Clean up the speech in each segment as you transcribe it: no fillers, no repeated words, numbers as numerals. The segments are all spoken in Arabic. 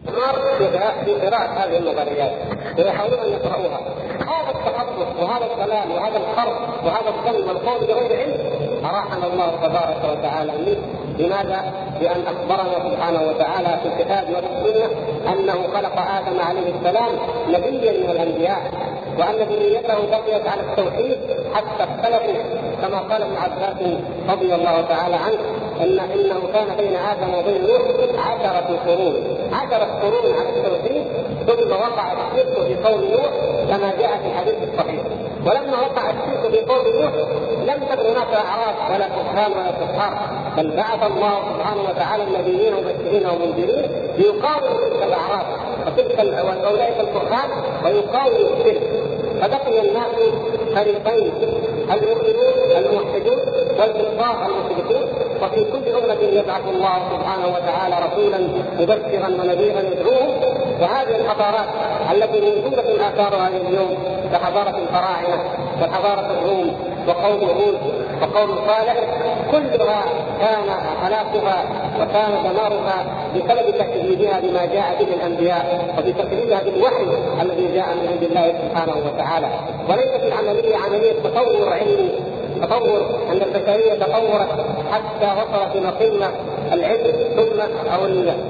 في قراءة هذه النظريات ويحاولون أن يقرؤوها. هذا التخبط وهذا الكلام وهذا الخرق وهذا الظن والقول بغير علم أراحنا الله تبارك وتعالى منه. لماذا؟ لأن أخبرنا سبحانه وتعالى في الكتاب والسنة أنه خلق آدم عليه السلام نبيا من الأنبياء، وأن ذريته بقيت على التوحيد حتى اختلفوا، كما قال ابن عباس رضي الله تعالى عنه إنه كان بين آدم وبين نوح 10 قرون على التوحيد، ثم وقع الشرك في قوم نوح كما جاء في الحديث الصحيح. ولما وقع الشرك في قوم نوح لم تكن هناك أعراض ولا كفران ولا كفار، بل بعث الله سبحانه وتعالى النبيين مبشرين ومنذرين ليقاوموا تلك الأعراض وتلك أولئك الكفار ويقاوموا الشرك. فبقي الناس فريقين، المؤمنون الموحدون والكفار المشركون. وفي كل أمة يبعث الله سبحانه وتعالى رسولا مبشرا ونذيرا يدعوهم. وهذه الحضارات التي موجودة آثارها اليوم كحضارة الفراعنة وحضارة الروم وقوم هود وقوم صالح، كلها كان هلاكها وكان دمارها بسبب تكذيبها بما جاء به الأنبياء وبتكذيبها بالوحي الذي جاء من عند الله سبحانه وتعالى. وليست العملية عملية تطور علمي، تطور أن البشرية تطورت حتى وصلت إلى قمة العلم ثم أو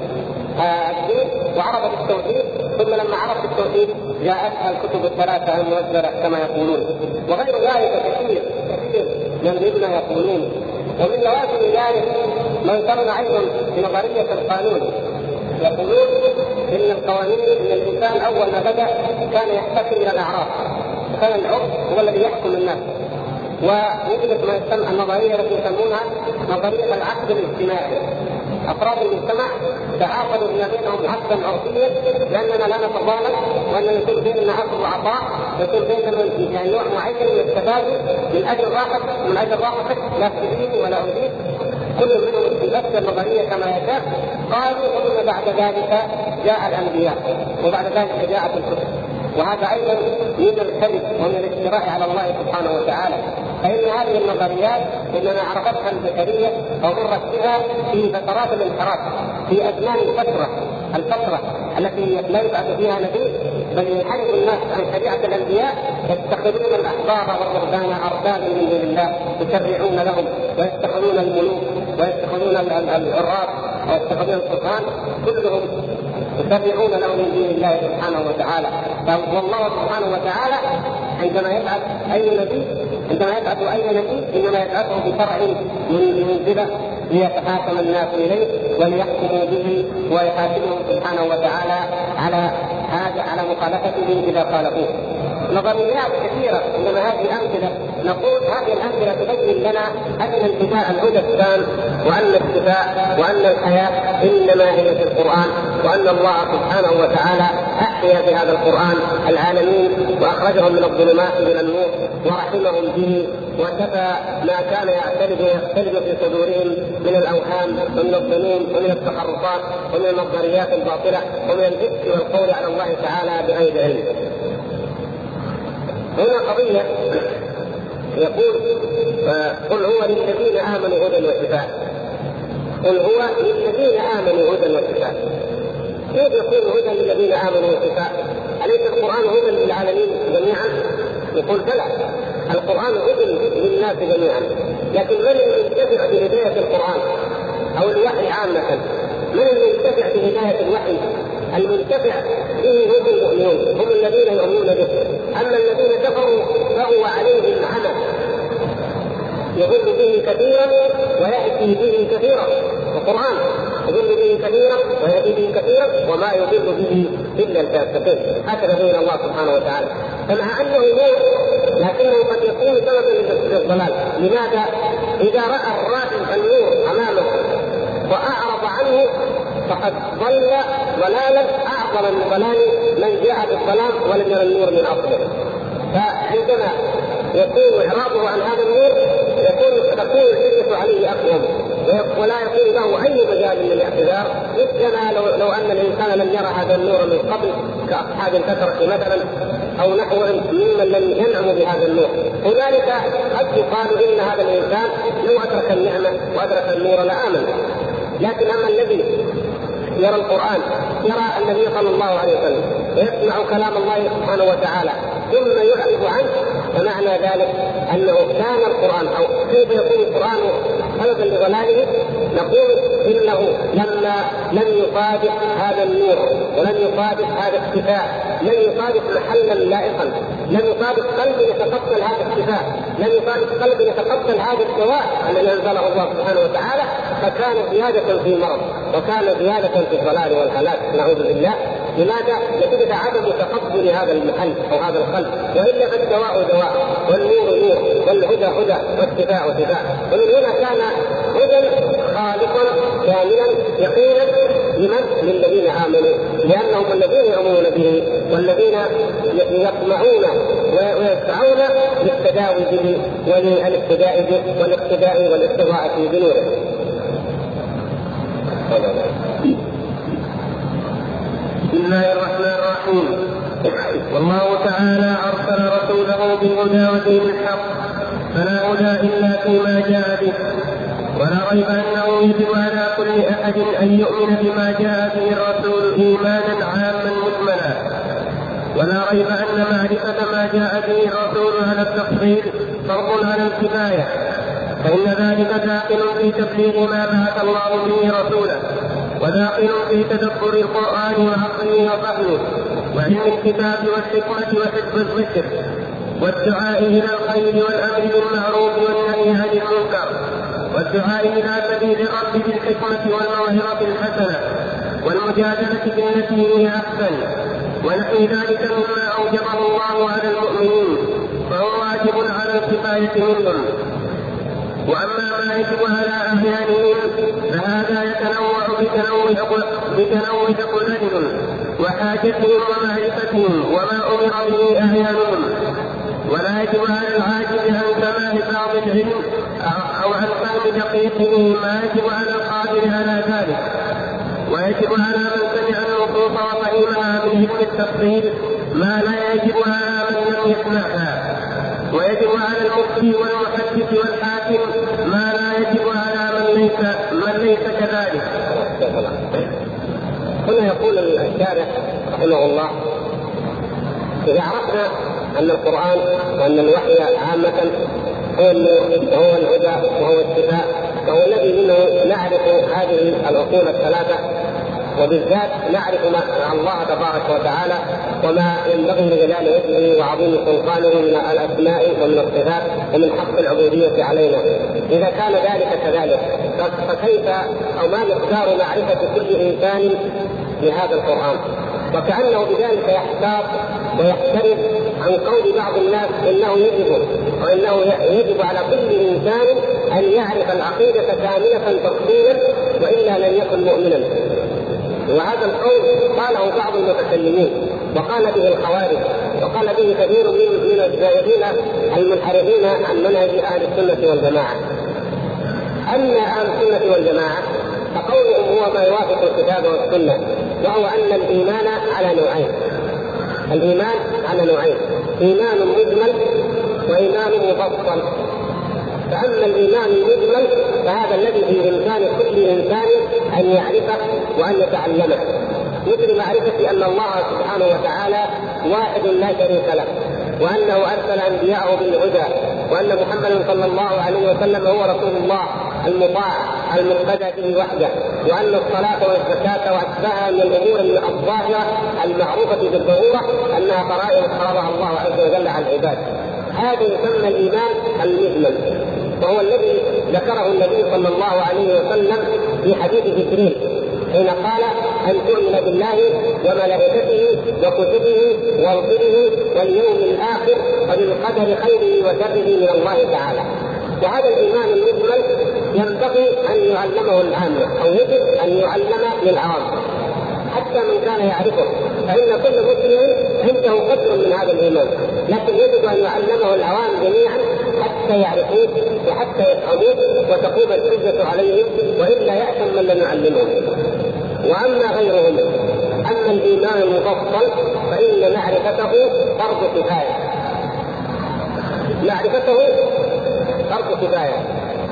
الدين وعرفت التوحيد، ثم لما عرفت التوحيد جاءتها الكتب الثلاثة المنزلة كما يقولون، وغير ذلك كثير من يقولون. ومن لوازم ذلك من كان أيضا في نظرية القانون، يقولون إن القوانين إن الإنسان أول ما بدأ كان يحتكم إلى الأعراف، وكان العرف هو الذي يحكم الناس. ووجدت ما يسمى النظرية التي يسمونها نظرية العقد الاجتماعي. أفراد المجتمع تعاقدوا فيما بينهم عقدا عرفيا لأننا لا نتظالم، وأننا يكون بيننا عقد وعطاء، يكون بيننا يعني نوع معين من التبادل من أجل راحتك لا تزيد ولا أزيد، كل منهم يفسر النظرية كما يشاء. قالوا ثم بعد ذلك جاء الأنبياء وبعد ذلك جاءت الكتب، وهذا أيضا من الكذب ومن الافتراء على الله سبحانه وتعالى. فإن هذه النظريات إنما عرفتها البشرية أو مرت بها في فترات الانحراف، في أزمان الفترة التي لا يبعث فيها نبي، بل ينحرف الناس عن شريعة الأنبياء، يتخذون الأحبار والرهبان أربابا من دون الله يشرعون لهم، ويتخذون الملوك ويتخذون العراف ويتخذون القرآن، كلهم يشرعون لهم من دون الله سبحانه وتعالى. والله سبحانه وتعالى عندما يبعث أي نبي إنما يبعثه بشرع منزله ليتحاكم الناس إليه وليحكموا به ويحاسبهم سبحانه وتعالى على مخالفتهم إذا خالفوه. نظريات كثيرة، إنما هذه أمثلة. نقول هذه الأمثلة تبين لنا أن الانتفاع العود الثان، وأن الحياة إنما هي في القرآن، وأن الله سبحانه وتعالى أحيا بهذا القرآن العالمين وأخرجهم من الظلمات إلى النور ورحمهم به، وكفى ما كان يختلف في صدورهم من الأوهام ومن الظنون ومن التحرفات ومن النظريات الباطلة ومن الإفك والقول على الله تعالى بغير علم. هنا قضية يقول قل هو للذين آمنوا هدى وشفاء. قل هو للذين آمنوا هدى وشفاء. كيف يكون هدى للذين آمنوا وشفاء؟ أليس القرآن هدى للعالمين جميعا؟ يقول بلى، القرآن هدى للناس جميعا، لكن من ينتفع بهداية القرآن أو الوحي عامة؟ من ينتفع بهداية الوحي؟ المنتفع به هم المؤمنون، هم الذين يؤمنون به. أما الذين كفروا فهو عليهم عمى يضل به كثيرا ويأتي به كثيرا. القرآن يضل به كثيرا ويأتي به كثيرا وما يضل به إلا الفاسقين. هكذا بين الله سبحانه وتعالى. فمع أنه نور لكنه قد يكون سببا للضلال. لماذا؟ إذا رأى الرائي النور أمامه وأعرض عنه فقد ضل ضلالا أعظم من ضلال من جاء بالظلام ولم يرى النور من أصله. فعندما يكون إعراضه عن هذا النور تكون الحجة عليه أقوم ولا يكون له أي مجال من الاعتذار، مثلما لو أن الإنسان لم يرى هذا النور من قبل كأصحاب الفترة مثلا أو نحو ممن لم ينعموا بهذا النور. وذلك قد يقال إن هذا الإنسان لو أدرك النعمة وأدرك النور لآمن. لكن أما الذي يرى القرآن، يرى النبي صلى الله عليه وسلم، ويسمع كلام الله سبحانه وتعالى ثم يعرض عنه، فمعنى ذلك أنه كان القرآن أو كيف يكون القرآن سببا لضلاله؟ نقول إنه لما لم يصادف هذا النور ولم يصادف هذا الشفاء، لم يصادف محلا لائقا، لم يصادف قلب يتقبل هذا الشفاء، لم يصادف قلب يتقبل هذا الدواء الذي أنزله الله سبحانه وتعالى، فكان زيادة في المرض وكان زيادة في الضلال والهلاك، نعوذ بالله. لماذا؟ نتيجة عدم تقبل هذا المحل أو هذا القلب، وإلا فالدواء دواء والنور نور والهدى هدى والشفاء شفاء. ومن هنا كان هدى خالقا كاملا يقينا لمن؟ للذين آمنوا، لأنهم الذين يؤمنون به والذين يطمعون ويسعون للتداوي به وللاقتداء به والاقتداء والاستضاءة بنوره. بسم الله الرحمن الرحيم. والله تعالى أرسل رسوله بالهدى ودين الحق، فلا هدى إلا فيما جاء به، ولا ريب أنه يجب على كل أحد أن يؤمن بما جاء به الرسول إيمانا عاما مجملا، ولا ريب أن معرفة ما جاء به الرسول على التفصيل فرض على الكفاية، فإن ذلك داخل في تبليغ ما بعث الله به رسوله، وداخل في تدبر القرآن وعقله وفهمه وعلم الكتاب والحكمة وحفظ الذكر والدعاء إلى الخير والأمر بالمعروف والنهي عن المنكر والدعاء إلى سبيل الرب بالحكمة والموعظة الحسنة والمجادلة بالتي هي أحسن ونحو ذلك مما أوجبه الله على المؤمنين، فهو واجب على الكفاية منهم. وأما ما يجب على أحيانهم فهذا يتنوع بتنوع قدرهم وحاجتهم ومعرفتهم وما أمر به أحيانهم، ولا يجب على العاجز عن سماع بعض العلم أو عن فهم دقيقه ما يجب على القادر على ذلك، ويجب على من سمع النصوص وفهمها من علم التفصيل ما لا يجب على من لم يسمعها، ويجب على المفتي والمحدث والحاكم ما لا يجب على من ليس كذلك. هنا يقول الشارح رحمه الله: إذا عرفنا أن القرآن وأن الوحي عامة هو النور وهو الهدى وهو الشفاء، وهو الذي منه نعرف هذه الأصول الثلاثة، وبالذات نعرف مع الله تبارك وتعالى وما ينبغي لجلال وجهه وعظيم سلطانه من الأسماء ومن الصفات ومن حق العبودية علينا. إذا كان ذلك كذلك فكيف أو ما مقدار معرفة كل إنسان بهذا القرآن؟ وكأنه بذلك يحتاط ويحترز عن قول بعض الناس إنه يجب على كل إنسان أن يعرف العقيدة كاملة تفصيلا وإلا لن يكن مؤمنا. وهذا القول قاله بعض المتكلمين وقال به الخوارج وقال به كثير من الزائغين المنحرفين عن منهج أهل السنة والجماعة. أما أهل السنة والجماعة فقولهم هو ما يوافق الكتاب والسنة، وهو أن الإيمان على نوعين. الإيمان على نوعين: إيمان مجمل وإيمان مفصل. فأما الإيمان المجمل فهذا الذي في إمكان كل إنسان أن يعرفه وأن يتعلمه، مثل معرفة أن الله سبحانه وتعالى واحد لا شريك له، وأنه أرسل أنبياءه بالهدى، وأن محمدا صلى الله عليه وسلم هو رسول الله المطاع المقتدى به وحده، وأن الصلاة والزكاة وأشباهها من الأمور الظاهرة المعروفة بالضرورة أنها فرائض فرضها الله عز وجل على العباد. هذا يسمى الإيمان المجمل، وهو الذي ذكره النبي صلى الله عليه وسلم في حديث جبريل حين قال: أن تؤمن بالله وملائكته وكتبه ورسله واليوم الآخر وبالقدر خيره وشره من الله تعالى. وهذا الإيمان المجمل ينبغي أن يعلمه العامة، أو يجب أن يعلم للعوام حتى من كان يعرفه، فإن كل مسلم عنده قدر من هذا الإيمان، لكن يجب أن يعلمه العوام جميعا حتى يعرفوه وحتى يفهموه وتقوم الحجة عليهم، وإلا يأثم من لم يعلمهم. وأما غيرهم، أما الإيمان المفصل فإن معرفته فرض كفاية. معرفته فرض كفاية،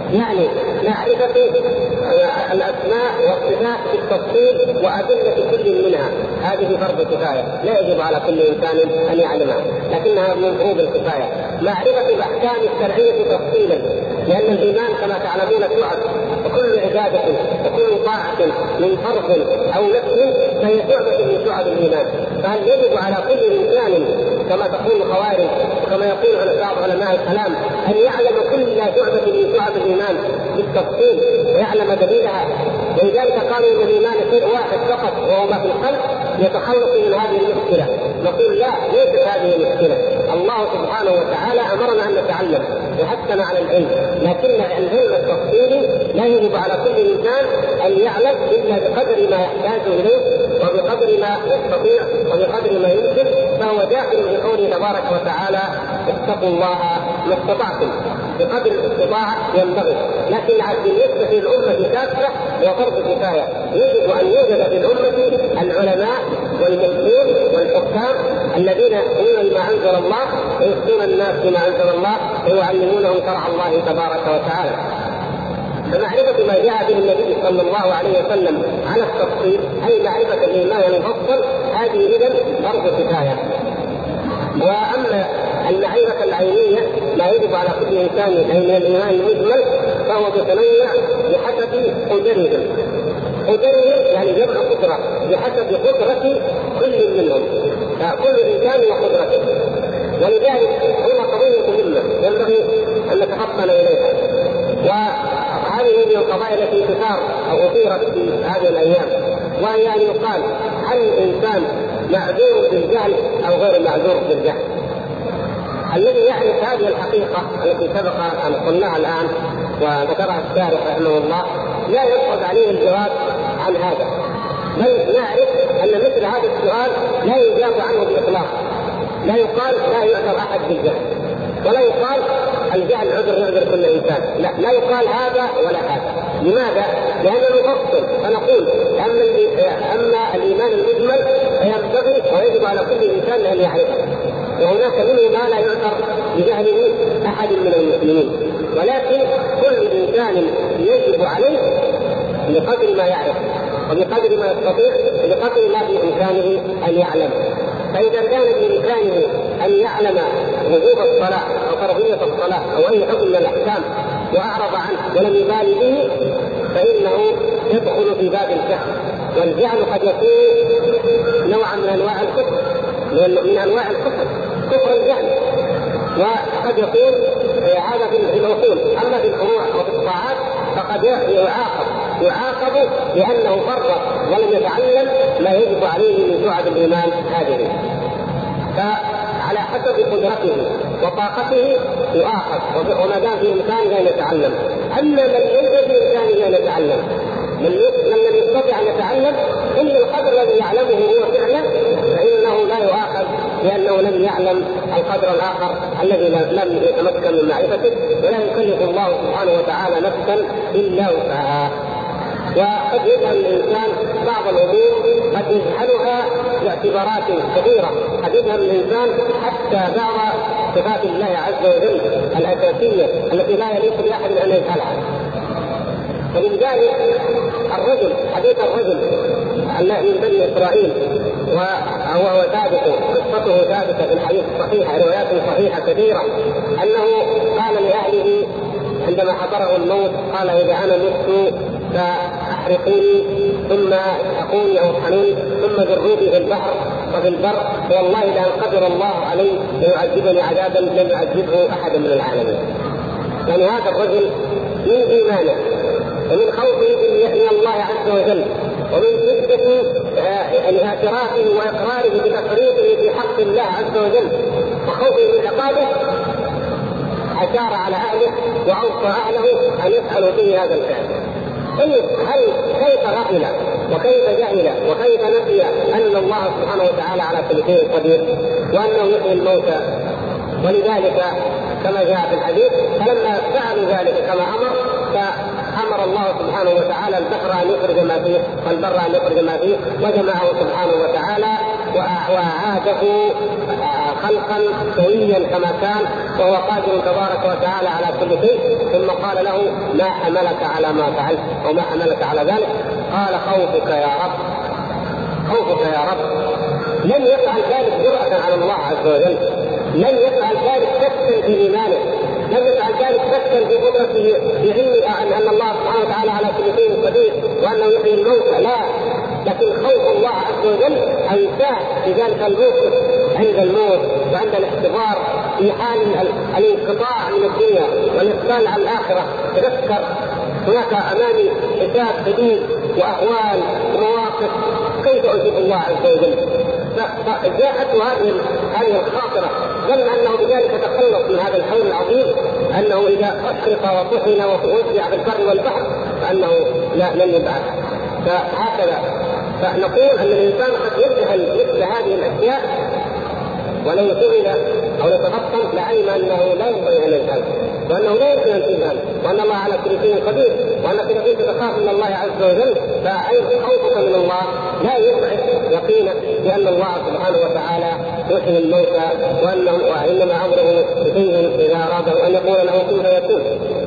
يعني معرفة الأسماء والصفات بالتفصيل وأدلة كل منها، هذه فرض كفاية لا يجب على كل إنسان أن يعلمها، لكنها من فروض الكفاية. معرفة الأحكام الشرعية تفصيلا، لأن الإيمان كما تعلمون شعب، وكل عبادة وكل طاعة من فرض أو نفس فهي شعبة من شعب الإيمان. فهل يجب على كل إنسان كما تقول الخوارج وكما يقول بعض علماء الكلام أن يعلم كل شعبة من شعب الإيمان بالتفصيل ويعلم دليلها؟ ولذلك قالوا ان الايمان شيء واحد فقط وهو ما في القلب يتخلص من هذه المشكله. نقول لا، ليست هذه المشكله. الله سبحانه وتعالى امرنا ان نتعلم وحثنا على العلم، لكن العلم التفصيلي لا يجب على كل انسان ان يعلم الا بقدر ما يحتاج اليه وبقدر ما يستطيع وبقدر ما يمكن، فهو داخل في قوله تبارك وتعالى اتقوا الله ما استطعتم، بقدر الاستطاعه ينبغي. لكن بالنسبه للامه كافه وفرض كفايه، يجب ان يوجد في الامه العلماء والمفتون والحكام الذين يؤمنون بما انزل الله ويفتون الناس بما انزل الله ويعلمونهم شرع الله تبارك وتعالى. فمعرفة ما جاء به النبي صلى الله عليه وسلم على التفصيل أي معرفة الإيمان المفصل، هذه إذن فرض كفاية. وأما المعرفة العينية ما يجب على كل إنسان من الإيمان المجمل فهو متنوع بحسب قدره يعني جمع قدرة بحسب قدرة كل منهم، كل إنسان وقدرته. ولذلك هنا قضية مهمة ينبغي أن نتفطن إليها، وهذه من القضايا التي تثار أو أثيرت في هذه الأيام، وهي أن يقال هل الإنسان معذور بالجهل أو غير معذور بالجهل؟ الذي يعرف هذه الحقيقة التي سبق أن قلناها الآن وذكرها الشارح رحمه الله لا يصعب عليه الجواب عن هذا، بل نعرف أن مثل هذا السؤال لا يجاب عنه بإطلاق. لا يقال لا يعذر أحد بالجهل، ولا يقال الجهل عذر يعذر كل إنسان، لا يقال هذا ولا هذا. لماذا؟ لأنه يفصل، فنقول أما الإيمان المجمل فينبغي ويجب على كل إنسان أن يعرفه، وهناك منه ما لا يعذر بجهله أحد من المسلمين، ولكن كل إنسان يجب عليه بقدر ما يعرف وبقدر ما يستطيع وبقدر ما بإمكانه أن يعلم. فإذا كان بإمكانه أن يعلم وجوب الصلاة أو فرضية الصلاة أو أي حكم من الأحكام وأعرض عنه ولم يبالي به فإنه يدخل في باب الجهل. والجهل قد يكون نوعا من أنواع الكفر، من أنواع الكفر، كفر الجهل، وقد يكون هذا في الأصول. أما في الفروع وفي الطاعات فقد يعاقب لأنه فرط ولم يتعلم ما يجب عليه من شعب الإيمان هذه، فعلى حسب قدرته وطاقته يؤاخذ وما دام في إمكانه أن يتعلم. أما من ليس في إمكانه أن يتعلم، من لم يستطع أن يتعلم إلا القدر الذي يعلمه هو فعلا، فإنه لا يؤاخذ لأنه لم يعلم القدر الآخر الذي لم يتمكن من معرفته، ولا يكلف الله سبحانه وتعالى نفسا إلا وسعها. وقد يجهل الإنسان بعض الأمور قد يجهلها باعتبارات كثيرة، قد يجهل الإنسان حتى بعض صفات الله عز وجل الأساسية التي لا يليق بأحد أن يجهلها. ولذلك الرجل حديث الرجل من بني إسرائيل وهو ثابت، قصته ثابتة في الحديث الصحيح، روايات صحيحة كثيرة، أنه قال لأهله عندما حضره الموت قال إذا أنا مت فأحرقوني ثم اسحقوني أو اطحنوني ثم ذروني في البحر وفي البر، والله لأن قدر الله علي ليعذبني عذابا لم يعذبه أحد من العالمين. يعني هذا الرجل من إيمانه ومن خوفه من الله عز وجل ومن شدة اعترافه وإقراره بتفريطه في حق الله عز وجل وخوفه من عقابه أشار على أهله وأوصى أهله أن يفعلوا به هذا الفعل. هل كيف غفل وكيف جهل وكيف نسي أن الله سبحانه وتعالى على كل شيء قدير وأنه يحيي الموتى؟ ولذلك كما جاء في الحديث فلما فعلوا ذلك كما فأمر الله سبحانه وتعالى البحر أن يخرج ما فيه والبر أن يخرج ما فيه، وجمعه سبحانه وتعالى وأعاده خلقا سويا كما كان، وهو قادر تبارك وتعالى على كل شيء. ثم قال له: ما حملك على ما فعلت وما حملك على ذلك؟ قال: خوفك يا رب، خوفك يا رب. لم يفعل ذلك جرأة على الله عز وجل، لم يفعل ذلك شكا في إيمانه، لم يفعل ذلك شكا في قدرته في علمه أن الله سبحانه وتعالى على كل شيء قدير وأنه يحيي الموتى، لا، لكن خوف الله عز وجل أنساه في ذلك الموقف عند الموت وعند الاختبار في حال الانقطاع من الدنيا والإقبال على الآخرة. تذكر هناك أمامي حساب شديد وأهوال ومواقف، كيف أجيب الله عز وجل؟ فجاءته هذه الخاطرة، ظن أنه بذلك تخلص من هذا الحول العظيم، أنه إذا أشرق وطحن ووزع بالبر والبحر فأنه لن يبعث. فهكذا فنقول أن الإنسان قد يجهل مثل هذه الأشياء، ولو سئل أو يتفطن لعلم أنه لا ينبغي أن يجهل، وأنه لا يمكن أن تجهل، وأن الله على كل شيء قدير، وأنك يجب أن تخاف من الله عز وجل. فأي خوفك من الله لا يبعث يقينك بأن الله سبحانه وتعالى يحيي الموتى، وإنما أمره شيء إذا أراده أن يقول له كن فيكون.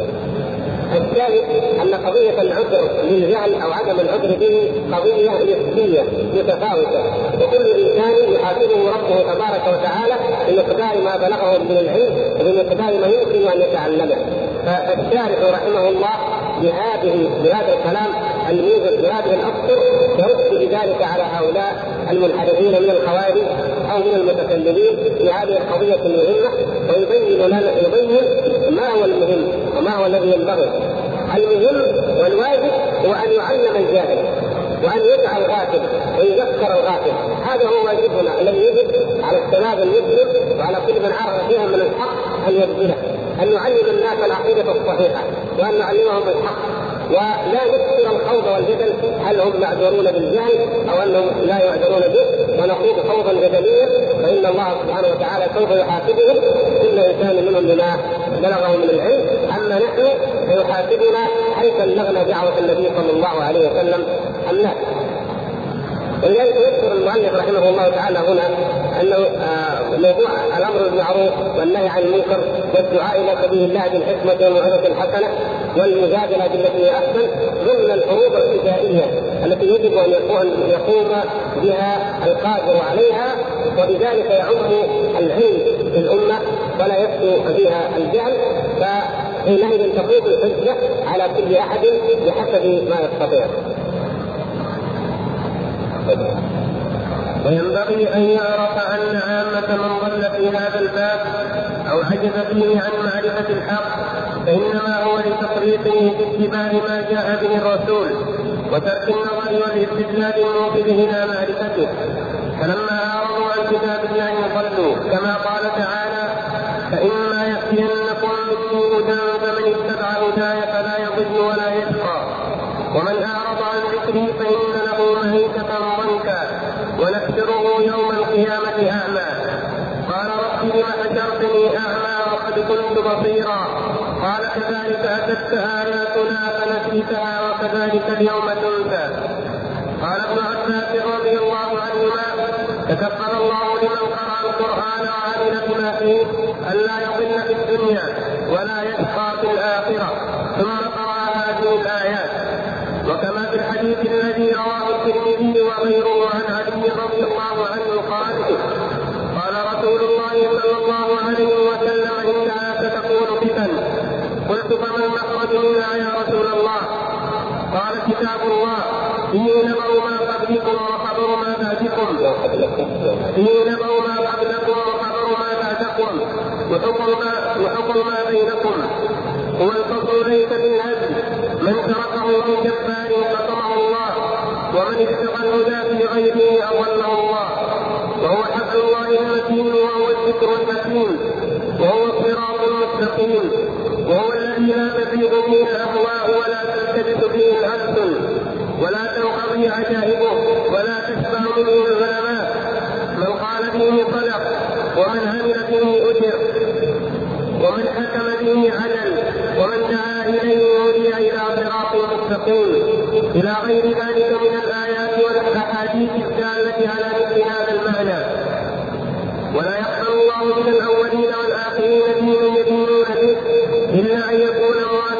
الثالث أن قضية العذر للجهل أو عدم العذر به قضية نسبية متفاوتة، وكل إنسان يحاسبه ربه تبارك وتعالى بمقدار ما بلغه من العلم وبمقدار ما يمكن أن يتعلمه. فالشارح رحمه الله بهذا الكلام الموجز بهذه الأسطر يرد بذلك على هؤلاء المنحرفين من الخوارج أو من المتكلمين في هذه القضية المهمة، ويبين ما هو المهم وما هو الذي ينبغي. المهم والواجب هو أن يعلم الجاهل وأن يدعى الغافل ويذكر الغافل، هذا هو واجبنا الذي يجب على الشباب المسلم وعلى كل من عرف فيها من الحق أن يبذله، أن نعلم الناس العقيدة الصحيحة وأن نعلمهم الحق، ولا نكثر الخوض والجدل هل هم معذورون بالجهل أو أنهم لا يعذرون به، ونخوض خوضا جدليا، فإن الله سبحانه وتعالى سوف يحاسبهم كل إنسان منهم بما بلغه من العلم. أما نحن فيحاسبنا حيث بلغنا دعوة النبي صلى الله عليه وسلم الناس. ولذلك يذكر المؤلف رحمه الله تعالى هنا أنه موضوع الأمر بالمعروف والنهي عن المنكر والدعاء إلى سبيل الله بالحكمة والموعظة الحسنة والمجادلة بالتي هي أحسن ضمن الحروب الابتدائية التي يجب أن يقوم بها القادر عليها، وبذلك يعم العلم في الأمة ولا يبدو فيها الجهل، فحينئذ تقوم الحجة على كل أحد بحسب ما يستطيع. وينبغي أن يعرف أن عامة من ضل في هذا الباب أو عجز فيه عن معرفة الحق فإنما هو لتفريطه في اتباع ما جاء به الرسول وترك النظر والاستدلال الموصل إلى معرفته، فلما أعرضوا عن كتاب الله ضلوا، كما قال تعالى: فإما يأتينكم مني هدى فمن اتبع هداي فلا يضل ولا يشقى، ومن أعرض عن ذكري فإن له معيشة ضنكا ونحشره يوم القيامة أعمى. قال: رب لم حشرتني أعمى وقد كنت بصيرا؟ قال: كذلك أتتك آياتنا فنسيتها وكذلك اليوم تنسى. قال ابن عباس رضي الله عنهما: تكفل الله لمن قرأ القرآن وعمل بما فيه ألا يضل في الدنيا ولا يشقى في الآخرة، ثم قرأ هذه الآيات. وكما في الحديث الذي رواه الترمذي وغيره عن علي رضي الله عنه قال رسول الله صلى الله عليه وسلم: إنها ستكون فتن. قلت: فما المخرج منها يا رسول الله؟ قال: كتاب الله فيه نبأ ما قبلكم وخبر ما بعدكم، فيه نبأ ما قبلكم وخبر ما بعدكم وحكم ما بينكم. هو الفصل ليس بالهزل، من تركه من جبار قطعه الله، ومن ابتغى الهدى في غيره أضله الله. وهو حبل الله المتين، وهو الذكر الحكيم، وهو الصراط المستقيم، وهو الذي لا تفيض به الأهواء ولا تلتبس به الألسن ولا تنقضي عجائبه ولا تشبع منه العلماء. من قال به صدق، ومن عمل به أجر، ومن حكم به عدل، ومن دعا إليه هدي إلى صراط مستقيم، إلى غير ذلك من الآيات والأحاديث الدالة على مثل هذا المعنى.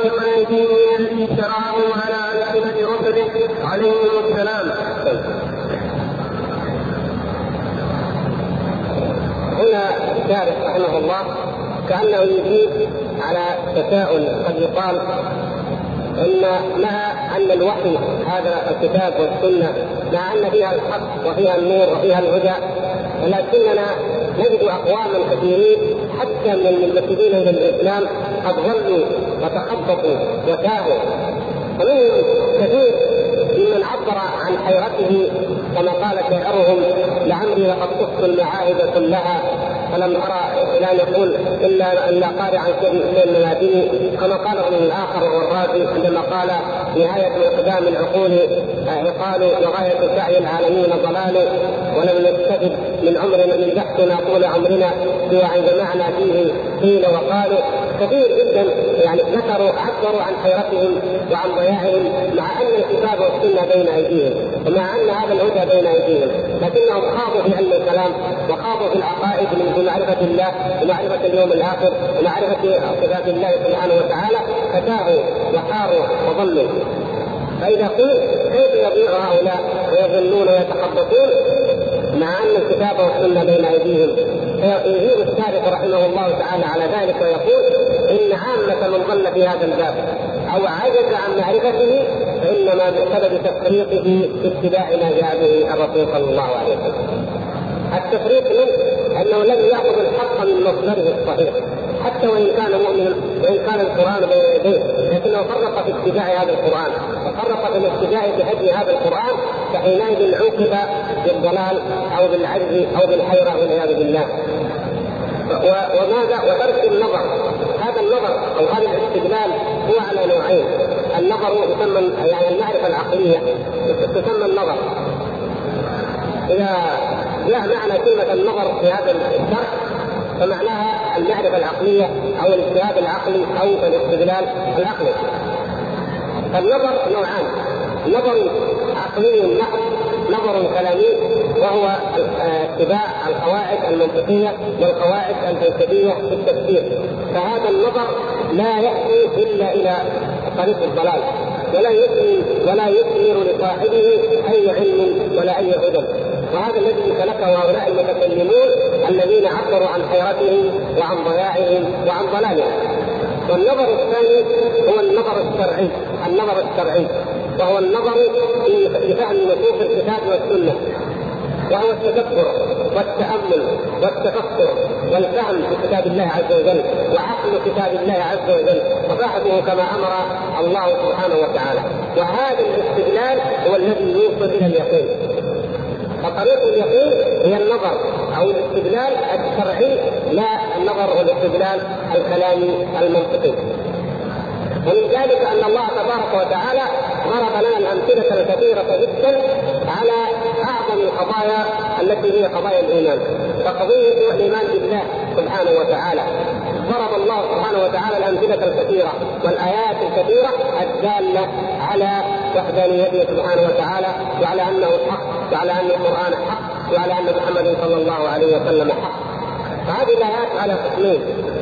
صادقا لدينه الذي شرعه على ألسنة رسله عليهم السلام. هنا الشارح رحمه الله كأنه يجيب على تساؤل قد يقال إن مع أن الوحي هذا الكتاب والسنة مع أن فيها الحق وفيها النور وفيها الهدى، ولكننا نجد أقواما كثيرين حتى من المنتسبين إلى الإسلام قد ضلوا وتخبطوا وتاهوا، ومنهم كثير ممن عبر عن حيرته كما قال شاعرهم: لعمري لقد طفت المعاهد كلها فلم أرى لا يقول إلا قارعا من المناديل، كما قال ابن الآخر والرازي عندما قال: نهاية إقدام العقول عقال وغاية سعي العالمين ضلال، ولم نستفد من عمرنا من بحثنا طول عمرنا سوى عن جمعنا فيه قيل وقالوا. كثير جدا يعني ذكروا عبروا عن حيرتهم وعن ضياعهم مع أن الكتاب والسنة بين أيديهم ومع أن هذا الهدى بين أيديهم، لكنهم خاضوا في علم الكلام وخاضوا في العقائد من معرفة الله ومعرفة اليوم الآخر ومعرفة صفات الله سبحانه وتعالى، فتاهوا وحاروا وضلوا. فإذا قيل كيف يضيع هؤلاء ويظلون ويتخبطون مع أن الكتاب والسنة بين أيديهم؟ فيجيب الشارح رحمه الله تعالى على ذلك ويقول: إن عامة من ضل في هذا الباب أو عجز عن معرفته فإنما بسبب تفريطه في اتباع ما جاء به الرسول صلى الله عليه وسلم. التفريط منه أنه لم يأخذ الحق من مصدره الصحيح حتى وإن كان مؤمنا وإن كان القرآن بين يديه، لكنه فرط في اتباع هذا القرآن وفرط في الاقتداء بهدي هذا القرآن، فحينئذ عوقب بالضلال أو بالعجز أو بالحيرة والعياذ بالله. وماذا؟ وترك النظر. هذا النظر أو هذا الاستدلال هو على نوعين: النظر يسمى يعني المعرفة العقلية تسمى النظر. إذا لا معنى كلمة النظر في هذا الشرح فمعناها المعرفة العقلية أو الاجتهاد العقلي أو الاستدلال العقلي. فالنظر نوعان: نظر عقلي محض، نظر كلامي وهو اتباع القواعد المنطقية والقواعد الفلسفية في التفسير. فهذا النظر لا يأتي إلا إلى طريق الضلال ولا يثمر لصاحبه أي علم ولا أي هدى. وهذا الذي سلكه هؤلاء المتكلمون الذين عبروا عن حيرتهم وعن ضياعهم وعن ضلالهم. والنظر الثاني هو النظر الشرعي وهو النظر في فهم نصوص الكتاب والسنة، وهو التدبر والتأمل والتفكر والفهم في كتاب الله عز وجل وعقل كتاب الله عز وجل وفهمه كما أمر الله سبحانه وتعالى. وهذا الاستدلال هو الذي يوصل إلى اليقين. فطريق اليقين هي النظر أو الاستدلال الشرعي، لا النظر والاستدلال الكلامي المنطقي. ومن ذلك أن الله تبارك وتعالى ضرب لنا الأمثلة الكثيرة جدا على أعظم القضايا التي هي قضايا الإيمان. فقضية الإيمان بالله سبحانه وتعالى ضرب الله سبحانه وتعالى الأمثلة الكثيرة والآيات الكثيرة الدالة على وحدانيته سبحانه وتعالى وعلى أنه حق وعلى أن القرآن حق وعلى أن محمد صلى الله عليه وسلم حق. فهذه الآيات على قسمين.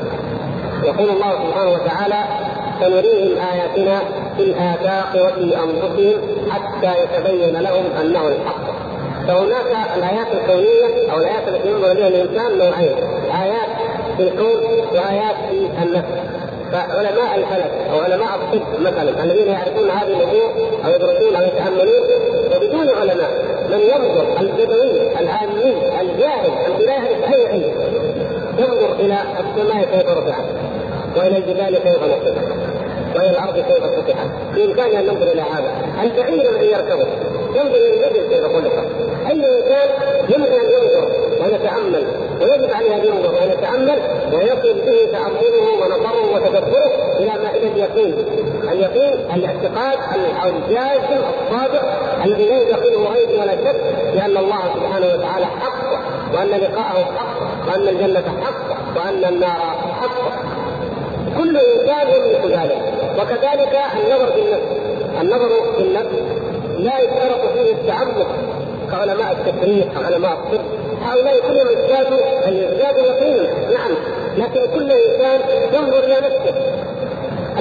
يقول الله سبحانه وتعالى: سنريهم آياتنا في الآفاق وفي أنفسهم حتى يتبين لهم أنه الحق. فهناك الآيات الكونية أو الآيات التي ينظر إليها الإنسان نوعين: آيات في الكون وآيات في النفس. فعلماء الفلك أو علماء الطب مثلا الذين يعرفون هذه الأمور أو يدرسون أو يتأملون، وبدون علماء من ينظر البدوي العامي الجاهل الذي لا يعرف أي علم ينظر إلى السماء كيف رفعت وإلى الجبال كيف نصبت وإلى الأرض كيف فتحت، بإمكانه أن ننظر إلى هذا البعير الذي يركبه، ينظر إلى الجبل كيف خلق. أي إنسان يمكن أن ينظر ويتأمل، ويجب عليه أن ينظر ويتأمل ويصل به تأمله ونظره وتدبره إلى اليقين. اليقين الاعتقاد الجازم الصادق الذي لا يدخله ريب ولا شك بأن الله سبحانه وتعالى حق، وأن لقاءه حق، وأن الجنة حق، وأن النار حق. كل إنسان يملك ذلك. وكذلك النظر في النفس. النظر في النفس لا يشترط فيه التعمق كعلماء التشريح وعلماء الطب. هؤلاء كلهم يزدادوا يقينا، نعم، لكن كل إنسان ينظر إلى نفسه.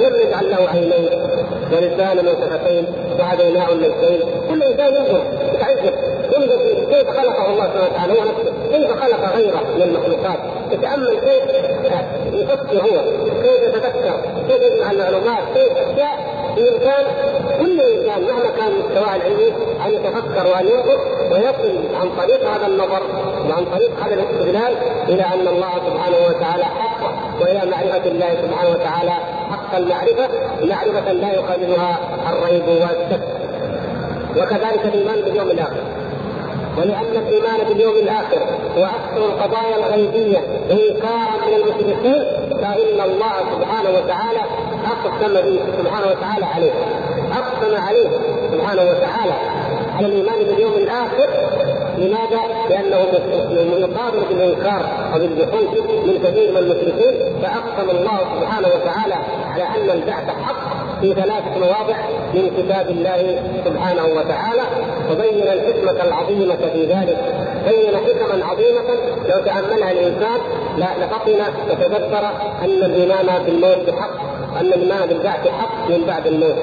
ألم نجعل له عينين ولسانا وشفتين وهديناه النجدين. كل إنسان ينظر يتعجب، ينظر كيف خلقه الله سبحانه وتعالى هو نفسه، كيف خلق غيره من المخلوقات، يتأمل كيف يفكر هو، كيف يتذكر، كيف يجمع المعلومات، كيف أشياء بإمكان كل إنسان مهما كان مستواه العلمي أن يتفكر وأن ينظر ويصل عن طريق هذا النظر وعن طريق هذا الاستدلال إلى أن الله سبحانه وتعالى حق، وإلى معرفة الله سبحانه وتعالى حق المعرفة، معرفة لا يخالفها الريب والشك. وكذلك الإيمان باليوم الآخر، ولأن الإيمان باليوم الآخر هو أكثر القضايا الغيبية إنكارا من المشركين، فإن الله سبحانه وتعالى أقسم به سبحانه وتعالى عليه، أقسم عليه سبحانه وتعالى على الإيمان باليوم الآخر. لماذا؟ لأنه يقابل بالإنكار وبالجحود من كثير من المشركين، فأقسم الله سبحانه وتعالى على أن البعث حق في 3 مواضع من كتاب الله سبحانه وتعالى، وبين الحكمة العظيمة في ذلك، بين حكما عظيمة لو تأملها الإنسان لفطن وتذكر أن الإيمان بالموت حق، أن الإيمان بالبعث حق من بعد الموت.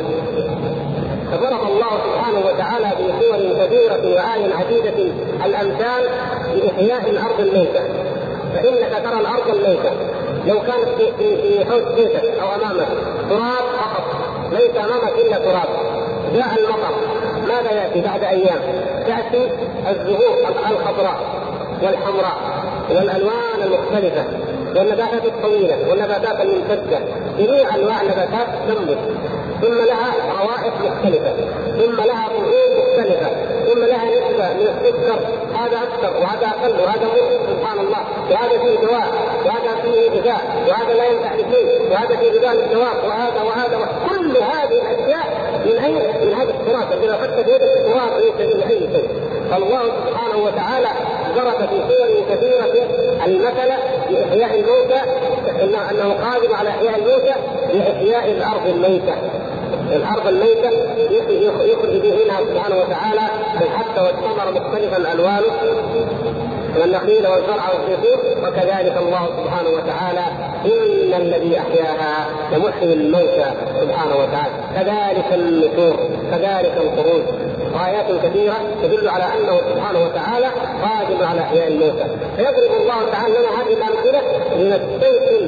فضرب الله سبحانه وتعالى بصور كثيرة وآيات عديدة الأمثال لإحياء الأرض الميتة. فإنك ترى الأرض الميتة لو كانت في حوض بيتك أو أمامك تراب فقط، ليس أمامك إلا تراب، جاء المطر ماذا يأتي بعد أيام؟ تأتي الزهور الخضراء والحمراء والألوان المختلفة والنباتات الطويلة والنباتات الممتدة، جميع أنواع النباتات تنبت، ثم لها روائح مختلفة، ثم لها طعوم مختلفة، ثم لها نسبة من السكر، هذا أكثر وهذا أقل وهذا مفيد سبحان الله، وهذا فيه دواء وهذا فيه غذاء وهذا لا ينفع لشيء وهذا فيه غذاء للدواء وهذا كل هذه الأشياء من هذا التراث الذي أخذت بيد التراث ليس من أي شيء. فالله سبحانه وتعالى ضرب في صور كثيرة المثل لإحياء الموتى، أنه قادر على إحياء الموتى لإحياء الأرض الميتة. الأرض الميتة يخرج منها سبحانه وتعالى الحب والثمر مختلفا ألوانه والنخيل والزرع والزيتون، وكذلك الله سبحانه وتعالى إن الذي أحياها لمحيي الموتى سبحانه وتعالى، كذلك النشور، كذلك الخروج، آيات كثيرة تدل على أنه سبحانه وتعالى قادر على إحياء الموتى. فيضرب الله تعالى لنا هذه الأمثلة لنستيقن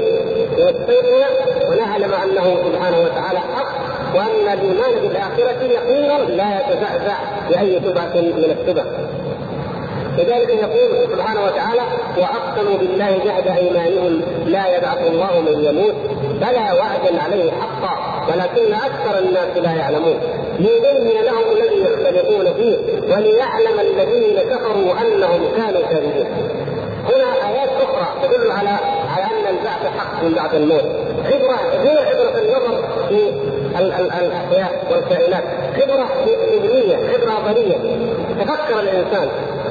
ونعلم أنه سبحانه وتعالى حق، وأن الإيمان بالآخرة يقينا لا يتزعزع بأي شبهة من الشبه. لذلك يقول سبحانه وتعالى وأقسموا بالله جهد أيمانهم لا يبعث الله من يموت بلى وعدا عليه حقا ولكن أكثر الناس لا يعلمون ليبين لهم الذي يختلفون فيه وليعلم الذين كفروا أنهم كانوا كاذبين. هنا آيات أخرى تدل على أن البعث حق من بعد الموت، عبرة غير عبرة النظر في الأحياء والكائنات، عبرة ذهنية، عبرة نظرية. تفكر الإنسان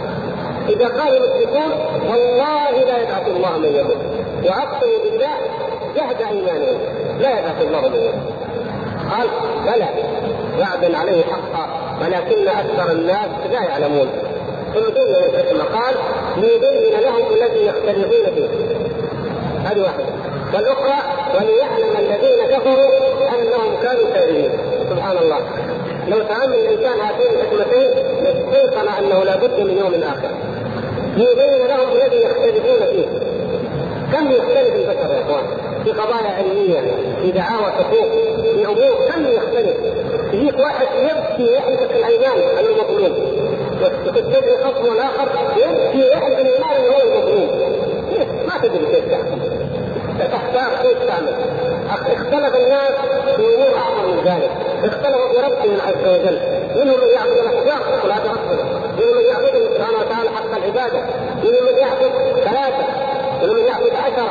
إذا قال المشركون والله لا يبعث الله من يموت، وأقسموا بالله جهد أيمانهم لا يبعث الله من يموت، قال بلى وعدا عليه حقا ولكن أكثر الناس لا يعلمون. ثم قال ليبين لهم الذي يختلفون فيه، هذه واحدة. والأخرى وليعلم الذين كفروا أنهم كانوا كاذبين. سبحان الله، لو تأمل الإنسان هاتين الحكمتين لاستيقن أنه لا بد من يوم آخر. ليبين لهم الذي يختلفون فيه. كم يختلف البشر يا إخوان في قضايا علمية، في دعاوى حقوق، في أمور كم يختلف. يجيك واحد يبكي يحلف الأيمان عن المظلوم، وتتبع خصم الآخر يبكي يحلف الأيمان أنه هو المظلوم. ما تدري كيف تحتاج كيف تعمل. اختلف الناس في أمور أعظم من ذلك، اختلفوا في ربهم عز وجل، منهم من يعبد الأحجار ولا ربنا، منهم من يعبد سبحانه وتعالى حق العبادة، منهم من يعبد 3 ومنهم من يعبد 10.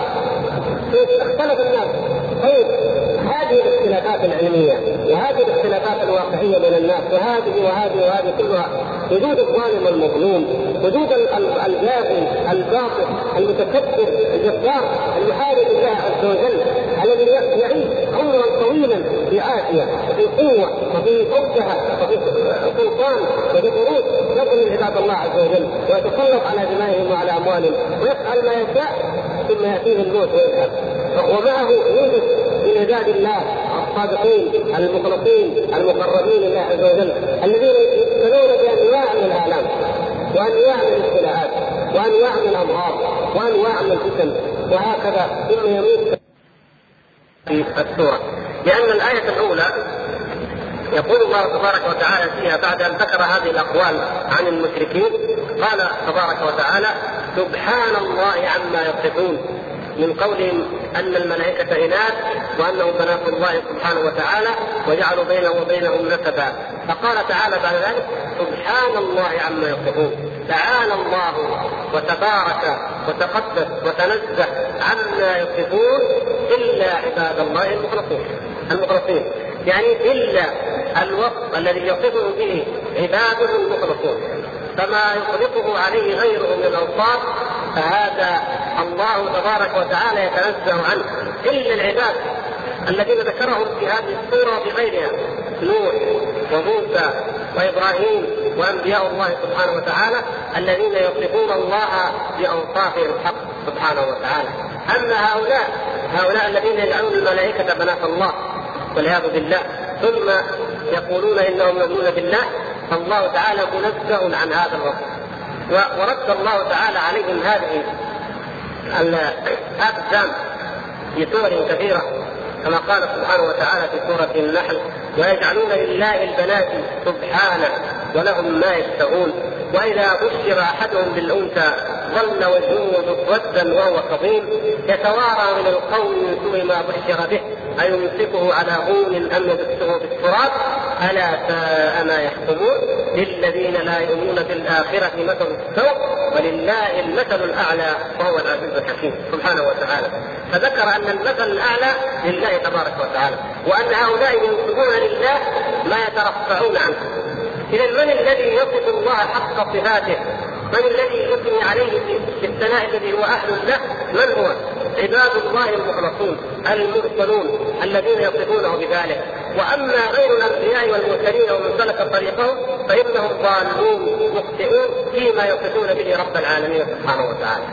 اختلف الناس. طيب هذه الاختلافات العلمية وهذه الاختلافات الواقعية بين الناس وهذه كلها، وجود الظالم والمظلوم، وجود الجاهل الباطل المتكبر الجبار المحارب لله عز وجل الذي يعيش عمرا طويلا في عافية وفي قوة وفي فوجها وفي سلطان وجبروت يظلم عباد الله عز وجل ويتسلط على دمائهم وعلى أموالهم ويفعل ما يشاء ثم يأتيه الموت ويذهب. ومعه يوجد من عباد الله الصادقين المخلصين المقربين لله عز وجل الذين يبتلون بانواع من الالام وانواع من الابتلاءات وانواع من الامراض وانواع من الفتن وهكذا ثم يموت في السوره. لان الايه الاولى يقول الله تبارك وتعالى فيها بعد ان ذكر هذه الاقوال عن المشركين قال تبارك وتعالى: سبحان الله عما يصفون، من قولهم ان الملائكه اناث وانهم بنات الله سبحانه وتعالى وجعلوا بينه وبينهم نسبا. فقال تعالى بعد ذلك: سبحان الله عما يصفون. تعالى الله وتبارك وتقدس وتنزه عما يصفون الا عباد الله المخلصين، يعني الا الوصف الذي يصفه به عباده المخلصون، فما يطلقه عليه غيره من الاوصاف فهذا الله تبارك وتعالى يتنزه عنه، الا العباد الذين ذكرهم في هذه السوره بغيرها: نوح وموسى وابراهيم وانبياء الله سبحانه وتعالى الذين يصفون الله باوصافه الحق سبحانه وتعالى. اما هؤلاء الذين يجعلون الملائكه بنات الله والعياذ بالله ثم يقولون انهم يؤمنون بالله، فالله تعالى منزه عن هذا الوصف، ورد الله تعالى عليهم هذه الأقسام في سور كثيرة كما قال سبحانه وتعالى في سورة النحل: ويجعلون لله البنات سبحانه ولهم ما يشتهون وإذا بشر أحدهم بالأنثى ظل وجهه مسودا وهو كظيم يتوارى من القوم من سوء ما بشر به أيمسكه على هون أم يدسه بالتراب ألا ساء ما يحكمون للذين لا يؤمنون بالآخرة مثل السوء ولله المثل الأعلى وهو العزيز الحكيم سبحانه وتعالى. فذكر أن المثل الأعلى لله تبارك وتعالى، وأن هؤلاء ينسبون لله ما يترفعون عنه. إذا من الذي يصف الله حق صفاته؟ من الذي يثني عليه بالثناء الذي هو أهل له؟ من هو؟ عباد الله المخلصون المرسلون الذين يصفونه بذلك. وأما غير الأنبياء والمرسلين ومن سلك طريقهم فإنهم ضالون مخطئون فيما يصفون به رب العالمين سبحانه وتعالى.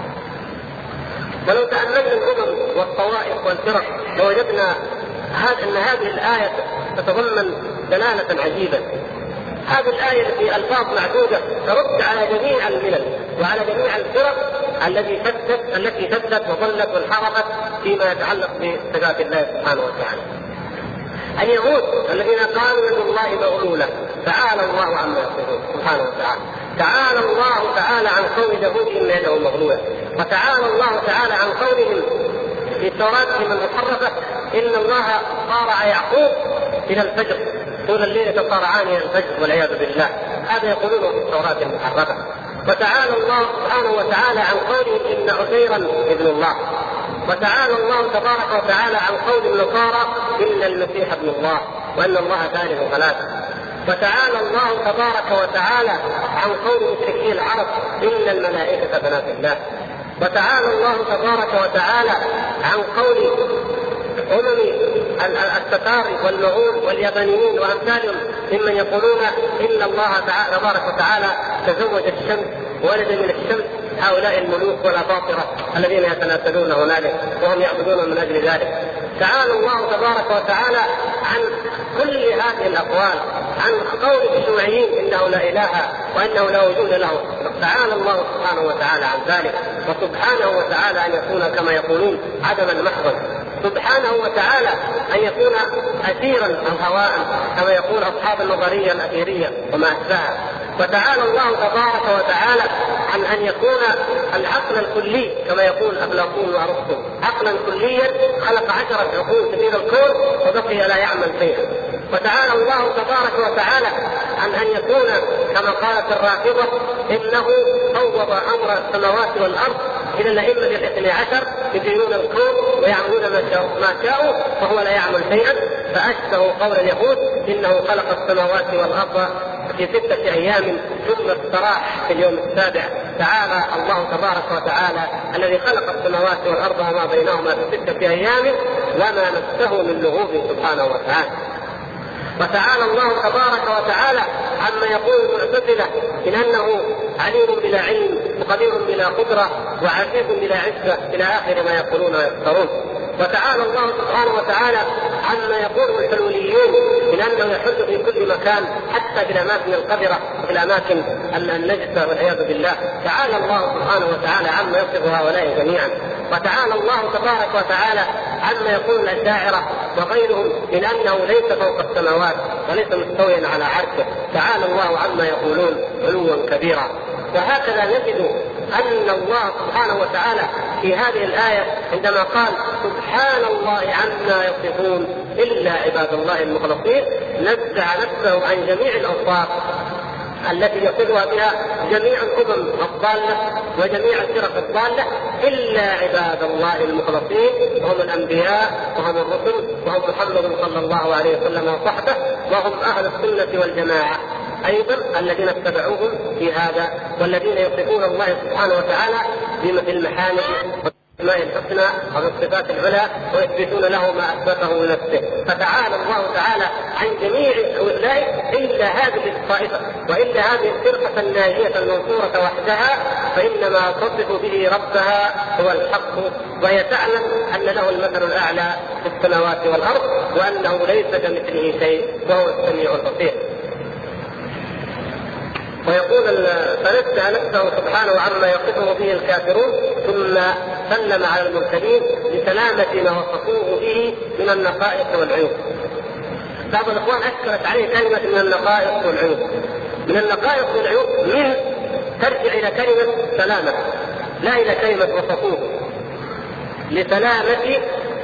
ولو تأملنا الأمم والطوائف والفرق لوجدنا أن هذه الآية تتضمن دلالة عجيبة. هذه الآية في ألفاظ معدودة ترد على جميع الملل وعلى جميع الفرق التي سدت وضلت وانحرفت فيما يتعلق بصفات الله سبحانه وتعالى. اليهود الذين قالوا يد الله مغلولة تعالى الله عما يصفون سبحانه وتعالى. تعالى الله تعالى عن قول داود إن يده مغلولة، وتعالى الله تعالى عن قولهم في توراتهم المحرفة إن الله صارع يعقوب إلى الفجر طول الليل تطارعان الى الفجر والعياذ بالله. هذا يقولونه في التوراة المحرفة. وتعالى الله سبحانه وتعالى عن قولهم ان عزيرا ابن الله. وتعالى الله تبارك وتعالى عن قول النصارى ان المسيح ابن الله وان الله ثالث ثلاثة. وتعالى الله تبارك وتعالى عن قول مشركي العرب ان الملائكة بنات الله. وتعالى الله تبارك وتعالى عن قول التتار والمغول واليابانيين وامثالهم ممن يقولون ان الله تبارك وتعالى تزوج الشمس ولد من الشمس. هؤلاء الملوك والاباطره الذين يتناسلون هنالك وهم يعبدون من اجل ذلك. تعالى الله تبارك وتعالى عن كل هذه الاقوال، عن قول الشيوعيين انه لا اله وانه لا وجود له. تعالى الله سبحانه وتعالى عن ذلك، وسبحانه وتعالى ان يكون كما يقولون عدما محضا. سبحانه وتعالى أن يكون أثيرا أو هواء كما يقول أصحاب النظرية الأثيرية وما أشبهها. وتعالى الله تبارك وتعالى عن أن يكون العقل الكلي كما يقول أفلاطون وأرسطو عقلا كليا خلق 10 عقول تدير الكون وبقي لا يعمل شيئا. وتعالى الله تبارك وتعالى عن أن يكون كما قالت الرافضة إنه فوض أمر السماوات والأرض إلى الأئمة 12 يديرون الكون ويعملون ما شاءوا وهو لا يعمل شيئا. فأشبه قول اليهود إنه خلق السماوات والأرض في 6 أيام ثم استراح في اليوم السابع. تعالى الله تبارك وتعالى الذي خلق السماوات والأرض وما بينهما في 6 أيام وما مسه من لغوب سبحانه وتعالى. وتعالى الله تبارك وتعالى عما يقول المعتزلة إن أنه عليم بلا علم وقدير بلا قدرة وعزيز بلا عزة إلى آخر ما يقولون ويفترون. وتعالى الله سبحانه وتعالى عما يقوله الحلوليون من أنه يحل في كل مكان حتى في الأماكن القذرة وفي الأماكن النجسة والعياذ بالله. تعالى الله سبحانه وتعالى عما يصف هؤلاء جميعا. وتعالى الله تبارك وتعالى عما يقول الأشاعرة وغيرهم من أنه ليس فوق السماوات وليس مستويا على عرشه. تعالى الله عما يقولون علوا كبيرا. وهكذا نجد أن الله سبحانه وتعالى في هذه الآية عندما قال سبحان الله عما يصفون إلا عباد الله المخلصين نزع نفسه عن جميع الأوصاف التي يصفها بها جميع الأمم الضالة وجميع الفرق الضالة إلا عباد الله المخلصين وهم الأنبياء وهم الرسل وهم محمد صلى الله عليه وسلم وصحبه وهم أهل السنة والجماعة أيضا الذين اتبعوهم في هذا والذين يصفون الله سبحانه وتعالى بالمحامد والأسماء الحسنى والصفات العلى ويثبتون له ما أثبته لنفسه. فتعالى الله تعالى عن جميع أولئك إلا هذه الطائفة وإلا هذه الفرقة الناجية المنصورة وحدها فإنما تصف به ربها هو الحق وهي تعلم أن له المثل الأعلى في السماوات والأرض وأنه ليس كمثله شيء وهو السميع البصير. ويقول فنزع نفسه سبحانه عما يصفه به الكافرون ثم سلم على المرسلين لسلامة ما وصفوه به من النقائص والعيوب. بعض الإخوان أشكلت عليه كلمة من النقائص والعيوب. من النقائص والعيوب من ترجع إلى كلمة سلامة لا إلى كلمة وصفوه لسلامة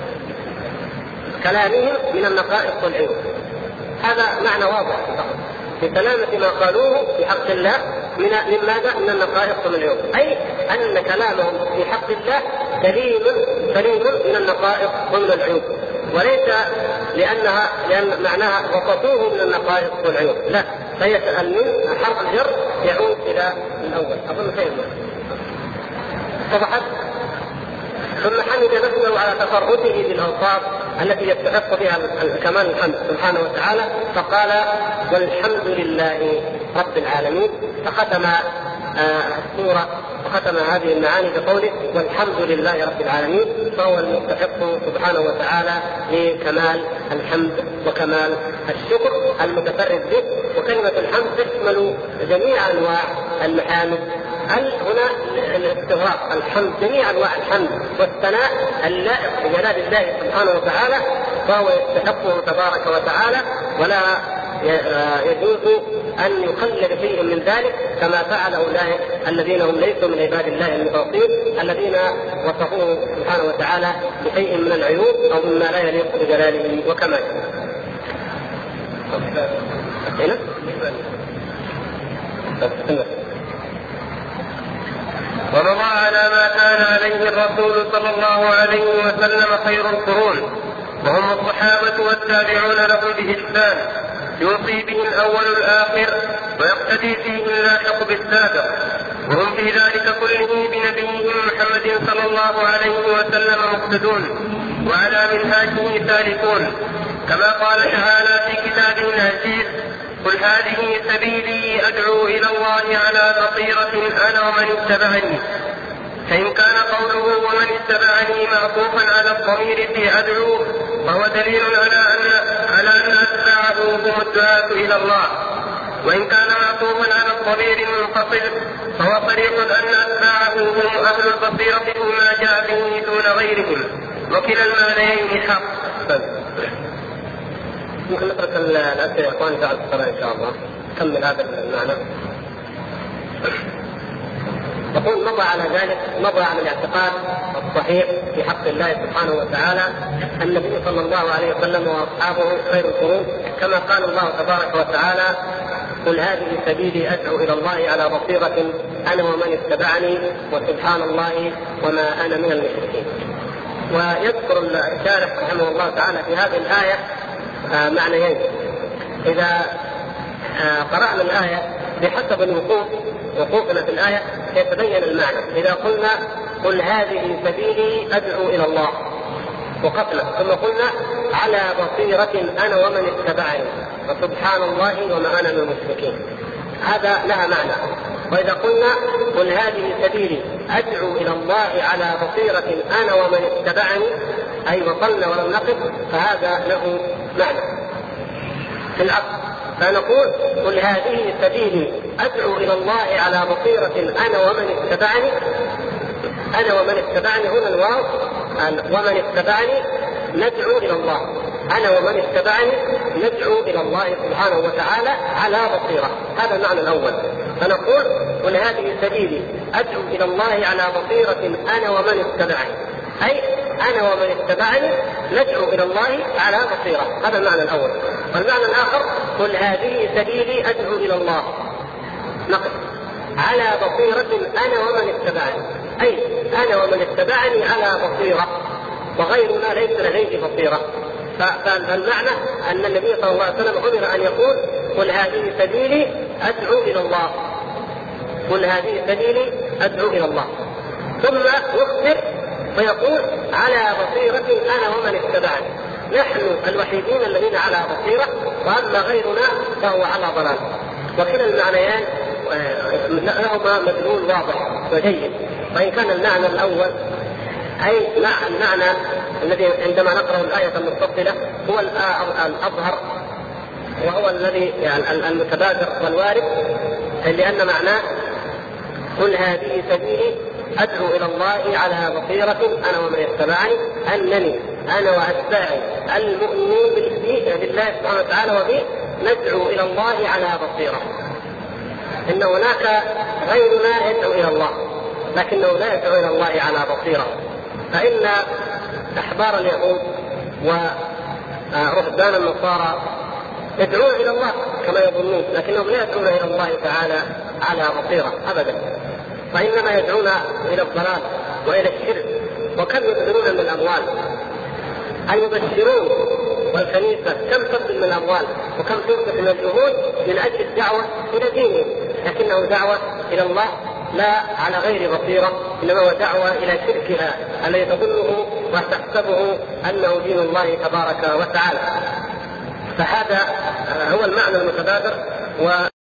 كلامهم من النقائص والعيوب. هذا معنى واضح بسلامة ما قالوه في حق الله من ماذا؟ من النقائص والعيوب، أي أن كلامهم في حق الله سليم من النقائص ومن العيوب، وليس لأن معناها وصفوه من النقائص والعيوب، لا، فهي من حرف الجر يعود إلى الأول. أظن فهمنا وضحت. ثم حمد نفسه على تفرده بالأوصاف التي يستحق بها كمال الحمد سبحانه وتعالى فقال والحمد لله رب العالمين. فختم السورة وختم هذه المعاني بقوله والحمد لله رب العالمين، فهو المستحق سبحانه وتعالى لكمال الحمد وكمال الشكر المتفرد به. وكلمة الحمد تشمل جميع أنواع المحامد. هنا الاستغراق الحمد جميع انواع الحمد والثناء اللائق بجلال الله سبحانه وتعالى فهو يستحقه تبارك وتعالى ولا يجوز ان يقلل شيء من ذلك كما فعل اولئك الذين هم ليسوا من عباد الله المخلصين الذين وصفوه سبحانه وتعالى بشيء من العيوب او مما لا يليق بجلاله وكماله. ومضى على ما كان عليه الرسول صلى الله عليه وسلم خير القرون وهم الصحابة والتابعون لهم بإحسان يوصي به الأول الآخر ويقتدي فيه اللاحق بالسابق وهم في ذلك كله بنبيهم محمد صلى الله عليه وسلم مقتدون وعلى منهاجه سالكون كما قال تعالى في كتابه العزيز قل هذه سبيلي أدعو إلى الله على بصيرة أنا ومن اتبعني. فإن كان قوله ومن اتبعني معطوفا على الضمير في أدعو فهو دليل على أن أتباعه هم الدعاة إلى الله، وإن كان معطوفا على الضمير المنفصل فهو صريح أن أتباعه هم أهل البصيرة بما جاء به دون غيرهم وكلا المعنيين حق. ممكن نترك الأسئلة يا إخواني بعد الصلاة إن شاء الله نكمل هذا المعنى. يقول مضى على الاعتقاد الصحيح في حق الله سبحانه وتعالى النبي صلى الله عليه وسلم وأصحابه خير القرون كما قال الله تبارك وتعالى قل هذه سبيلي أدعو إلى الله على بصيرة أنا ومن اتبعني وسبحان الله وما أنا من المشركين. ويذكر الشارح رحمه الله تعالى في هذه الآية معنيين. إذا قرأنا الآية بحسب وقوفنا في الآية يتبين المعنى. إذا قلنا قل هذه سبيلي أدعو إلى الله وقفنا ثم قلنا على بصيرة أنا ومن اتبعني وسبحان الله وما أنا من المشركين، هذا لها معنى. وإذا قلنا قل هذه سبيلي أدعو إلى الله على بصيرة أنا ومن اتبعني، أي وصلنا ولم نقف، فهذا له معنى في العقل. فنقول قل هذه سبيلي أدعو إلى الله على بصيرة أنا ومن اتبعني. أنا ومن اتبعني هنا الواو، ومن اتبعني ندعو إلى الله، أنا ومن اتبعني ندعو إلى الله سبحانه وتعالى على بصيرة. هذا المعنى الأول. فنقول قل هذه سبيلي أدعو إلى الله على بصيرة أنا ومن اتبعني، أي أنا ومن اتبعني ندعو إلى الله على بصيرة. هذا المعنى الأول. والمعنى الآخر قل هذه سبيلي أدعو إلى الله نقف على بصيرة أنا ومن اتبعني، أي أنا ومن اتبعني على بصيرة وغيرنا ليس لديه بصيرة. فالمعنى أن النبي صلى الله عليه وسلم أمر أن يقول قل هذه سبيلي أدعو إلى الله، قل هذه سبيلي أدعو إلى الله، ثم يخبر ويقول على بصيرة أنا ومن اتبعني، نحن الوحيدين الذين على بصيرة، وأما غيرنا فهو على ضلال. وكلا المعنيان لهما مدلول واضح وجيد. وإن كان المعنى الأول أي المعنى الذي عندما نقرأ الآية المتصلة هو الأظهر وهو الذي يعني المتبادر والوارد، لأن معناه قل هذه سبيلي أدعو إلى الله على بصيرة أنا ومن اتبعني، أنني أنا وأتباعي المؤمنين بالله سبحانه وتعالى وبه ندعو إلى الله على بصيرة. إن هناك غيرنا يدعو إلى الله لكنه لا يدعو إلى الله على بصيرة. فإن أحبار اليهود ورهبان النصارى يدعون إلى الله كما يظنون، لكنهم لا يدعون إلى الله تعالى على بصيرة أبدا، وإنما يدعون إلى الضلال وإلى الشرك. وكم يبذلون من الأموال، المبشرون والكنيسة كم تبذل من الأموال وكم تنفق من الجهود من أجل الدعوة إلى دينه، لكنه دعوة إلى الله لا على غير بصيرة، إنما هو دعوة إلى شركها الذي تظنه وتحسبه أنه دين الله تبارك وتعالى. فهذا هو المعنى المتبادر.